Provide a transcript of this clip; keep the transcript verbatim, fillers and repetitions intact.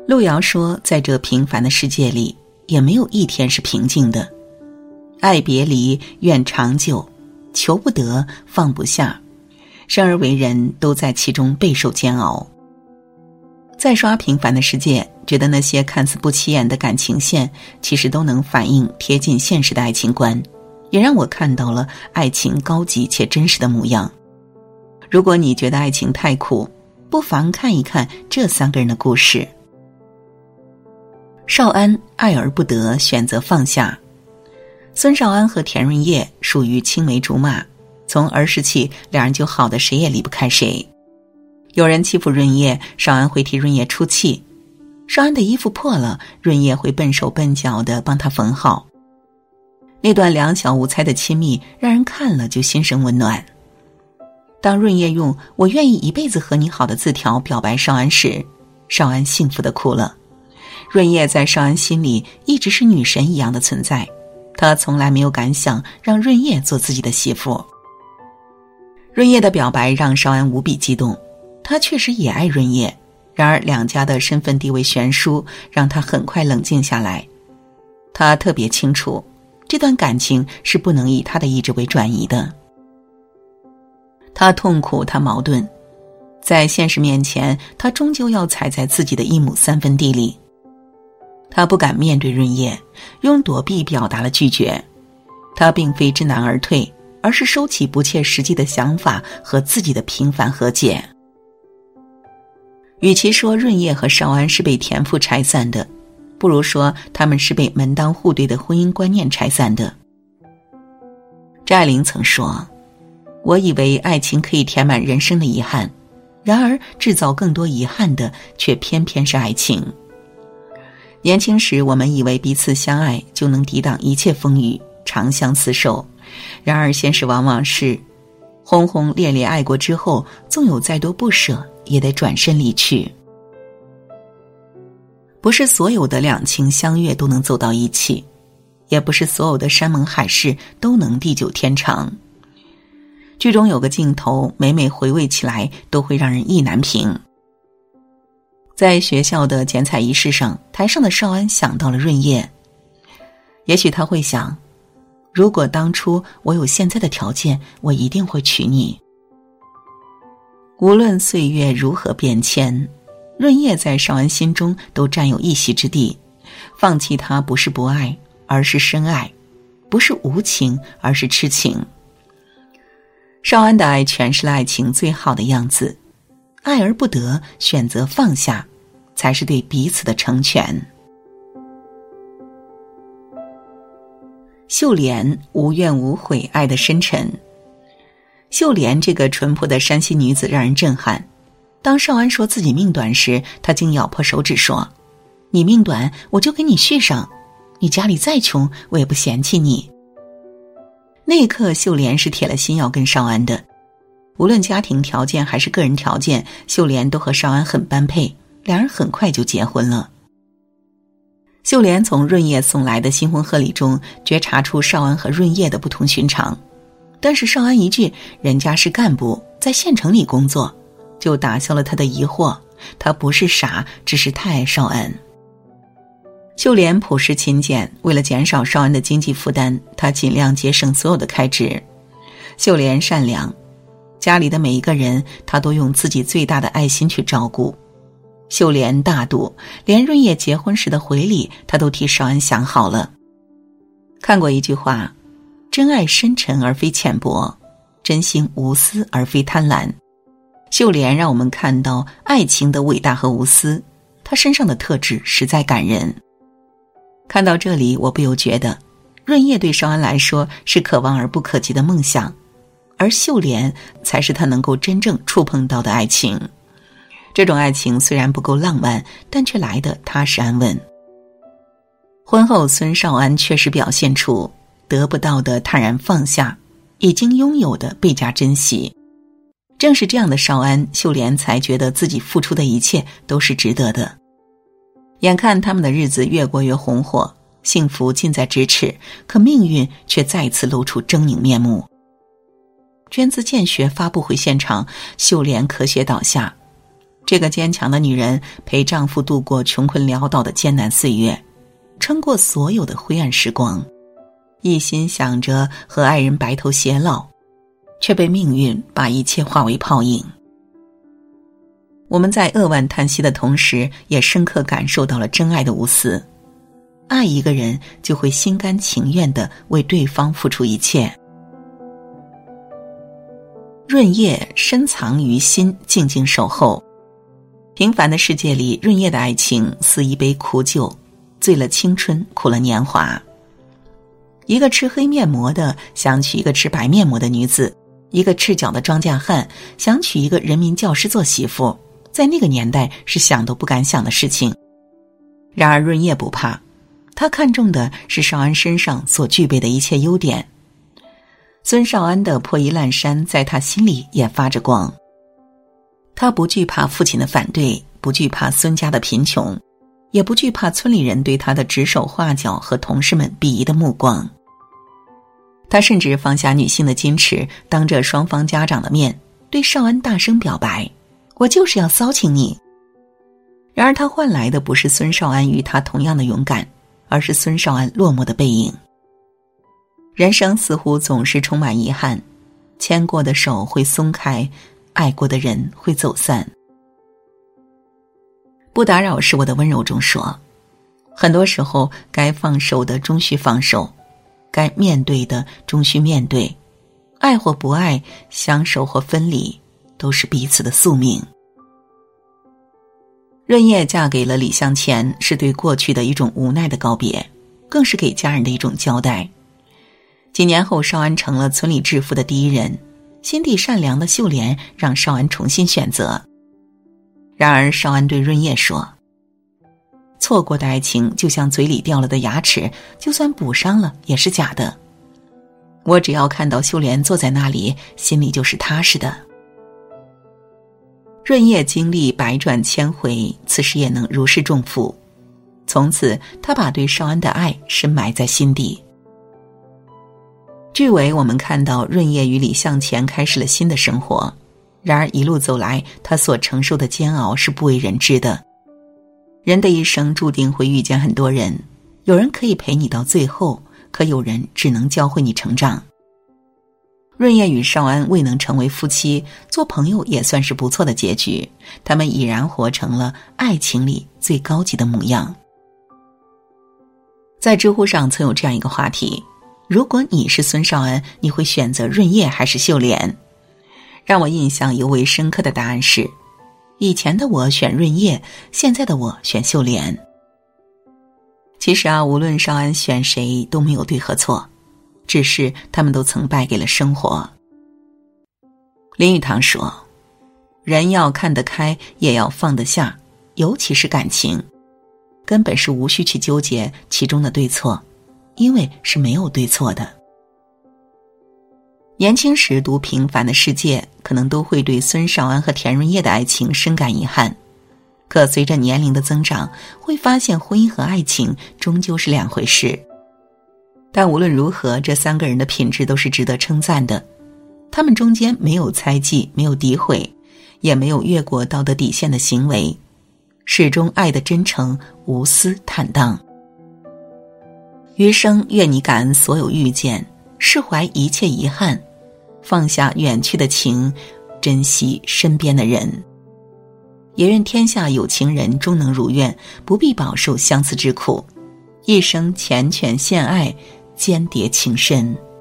路遥说，在这平凡的世界里，也没有一天是平静的。爱别离，愿长久，求不得，放不下，生而为人，都在其中备受煎熬。再刷《平凡的世界》，觉得那些看似不起眼的感情线，其实都能反映贴近现实的爱情观，也让我看到了爱情高级且真实的模样。如果你觉得爱情太苦，不妨看一看这三个人的故事。少安爱而不得，选择放下。孙少安和田润叶属于青梅竹马，从儿时起两人就好得谁也离不开谁。有人欺负润叶，少安会替润叶出气；少安的衣服破了，润叶会笨手笨脚地帮他缝好。那段两小无猜的亲密，让人看了就心生温暖。当润叶用“我愿意一辈子和你好”的字条表白少安时，少安幸福地哭了。润叶在少安心里一直是女神一样的存在，他从来没有敢想让润叶做自己的媳妇。润叶的表白让少安无比激动，他确实也爱润叶，然而两家的身份地位悬殊，让他很快冷静下来。他特别清楚，这段感情是不能以他的意志为转移的。他痛苦，他矛盾，在现实面前，他终究要踩在自己的一亩三分地里。他不敢面对润叶，用躲避表达了拒绝。他并非知难而退，而是收起不切实际的想法和自己的平凡和解。与其说润叶和少安是被田父拆散的，不如说他们是被门当户对的婚姻观念拆散的。张爱玲曾说，我以为爱情可以填满人生的遗憾，然而制造更多遗憾的却偏偏是爱情。年轻时我们以为彼此相爱就能抵挡一切风雨，长相厮守，然而现实往往是轰轰烈烈爱过之后，纵有再多不舍，也得转身离去。不是所有的两情相悦都能走到一起，也不是所有的山盟海誓都能地久天长。剧中有个镜头，每每回味起来都会让人意难平。在学校的剪彩仪式上，台上的少安想到了润叶。也许他会想，如果当初我有现在的条件，我一定会娶你。无论岁月如何变迁，润叶在少安心中都占有一席之地。放弃他不是不爱，而是深爱；不是无情，而是痴情。少安的爱诠释了爱情最好的样子，爱而不得，选择放下，才是对彼此的成全。秀莲无怨无悔，爱的深沉。秀莲这个淳朴的山西女子让人震撼。当少安说自己命短时，她竟咬破手指说，你命短，我就给你续上，你家里再穷，我也不嫌弃你。那一刻，秀莲是铁了心要跟少安的。无论家庭条件还是个人条件，秀莲都和少安很般配，两人很快就结婚了。秀莲从润叶送来的新婚贺礼中觉察出少安和润叶的不同寻常，但是少安一句人家是干部，在县城里工作，就打消了他的疑惑。他不是傻，只是太爱少安。秀莲朴实勤俭，为了减少少安的经济负担，她尽量节省所有的开支。秀莲善良，家里的每一个人她都用自己最大的爱心去照顾。秀莲大度，连润叶结婚时的回礼她都替少安想好了。看过一句话，真爱深沉而非浅薄，真心无私而非贪婪。秀莲让我们看到爱情的伟大和无私，她身上的特质实在感人。看到这里，我不由觉得润叶对少安来说是可望而不可及的梦想，而秀莲才是他能够真正触碰到的爱情。这种爱情虽然不够浪漫，但却来得踏实安稳。婚后孙少安确实表现出得不到的坦然放下，已经拥有的倍加珍惜。正是这样的少安，秀莲才觉得自己付出的一切都是值得的。眼看他们的日子越过越红火，幸福近在咫尺，可命运却再次露出狰狞面目。捐资建学发布会现场，秀莲咳血倒下。 这个坚强的女人陪丈夫度过穷困潦倒的艰难岁月，撑过所有的灰暗时光，一心想着和爱人白头偕老，却被命运把一切化为泡影。我们在扼腕叹息的同时，也深刻感受到了真爱的无私。爱一个人，就会心甘情愿地为对方付出一切。润叶深藏于心，静静守候。平凡的世界里，润叶的爱情似一杯苦酒，醉了青春，苦了年华。一个吃黑面膜的想娶一个吃白面膜的女子，一个赤脚的庄稼汉想娶一个人民教师做媳妇，在那个年代是想都不敢想的事情。然而润叶不怕，他看重的是少安身上所具备的一切优点。孙少安的破衣烂衫在他心里也发着光。他不惧怕父亲的反对，不惧怕孙家的贫穷，也不惧怕村里人对他的指手画脚和同事们鄙夷的目光。他甚至放下女性的矜持，当着双方家长的面对少安大声表白，我就是要骚情你。然而他换来的不是孙少安与他同样的勇敢，而是孙少安落寞的背影。人生似乎总是充满遗憾，牵过的手会松开，爱过的人会走散。不打扰是我的温柔中说，很多时候该放手的终须放手，该面对的终须面对，爱或不爱，相守或分离，都是彼此的宿命。润叶嫁给了李向前，是对过去的一种无奈的告别，更是给家人的一种交代。几年后，少安成了村里致富的第一人，心地善良的秀莲让少安重新选择。然而少安对润叶说，错过的爱情就像嘴里掉了的牙齿，就算补上了也是假的。我只要看到秀莲坐在那里，心里就是踏实的。润叶经历百转千回，此时也能如释重负。从此他把对少安的爱深埋在心底。剧尾我们看到润叶与李向前开始了新的生活，然而一路走来，他所承受的煎熬是不为人知的。人的一生注定会遇见很多人，有人可以陪你到最后，可有人只能教会你成长。润叶与少安未能成为夫妻，做朋友也算是不错的结局，他们已然活成了爱情里最高级的模样。在知乎上曾有这样一个话题，如果你是孙少安，你会选择润叶还是秀莲？让我印象尤为深刻的答案是，以前的我选润叶，现在的我选秀莲。其实啊，无论少安选谁都没有对和错，只是他们都曾败给了生活。林语堂说，人要看得开，也要放得下，尤其是感情，根本是无需去纠结其中的对错，因为是没有对错的。年轻时读《平凡的世界》，可能都会对孙少安和田润叶的爱情深感遗憾。可随着年龄的增长，会发现婚姻和爱情终究是两回事。但无论如何，这三个人的品质都是值得称赞的。他们中间没有猜忌，没有诋毁，也没有越过道德底线的行为，始终爱得真诚、无私、坦荡。余生愿你感恩所有遇见，释怀一切遗憾，放下远去的情，珍惜身边的人。也愿天下有情人终能如愿，不必饱受相思之苦，一生缱绻献爱，间谍情深。